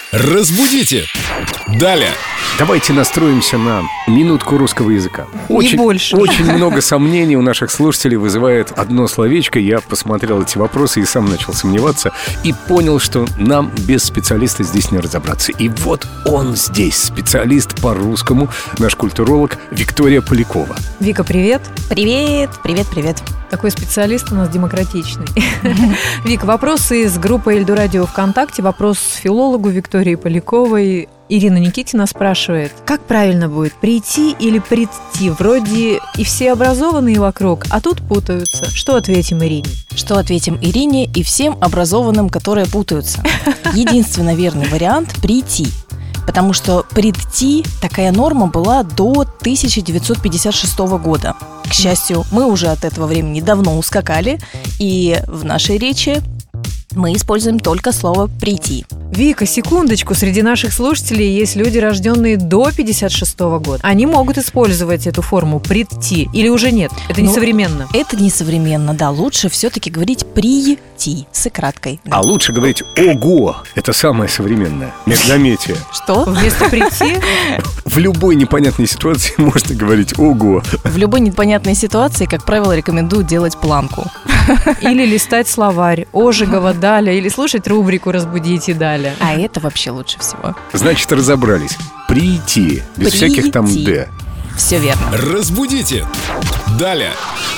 Разбудите! Далее! Давайте настроимся на минутку русского языка. Не больше. Очень много сомнений у наших слушателей вызывает одно словечко. Я посмотрел эти вопросы и сам начал сомневаться. И понял, что нам без специалиста здесь не разобраться. И вот он здесь, специалист по русскому, наш культуролог Виктория Полякова. Вика, привет. Привет, привет, привет. Такой специалист у нас демократичный. Вик, вопрос из группы Эльдорадио ВКонтакте. Вопрос филологу Виктории Поляковой. Ирина Никитина спрашивает, как правильно будет, прийти или прийти? Вроде и все образованные вокруг, а тут путаются. Что ответим Ирине? Что ответим Ирине и всем образованным, которые путаются? Единственно верный вариант – прийти. Потому что прийти такая норма была до 1956 года. К счастью, мы уже от этого времени давно ускакали, и в нашей речи мы используем только слово «прийти». Вика, секундочку, среди наших слушателей есть люди, рожденные до 56-го года. Они могут использовать эту форму «прийти» или уже нет? Это несовременно? Это несовременно, да. Лучше все-таки говорить «прийти» с краткой. А лучше говорить «ого». Это самое современное междометие. Что? Вместо «прийти»? В любой непонятной ситуации можно говорить «ого». В любой непонятной ситуации, как правило, рекомендую делать планку. Или листать словарь Ожегова, Даля, или слушать рубрику «Разбудите Даля». А это вообще лучше всего. Значит, разобрались. Прийти. Без всяких там «д». Все верно. Разбудите! Далее!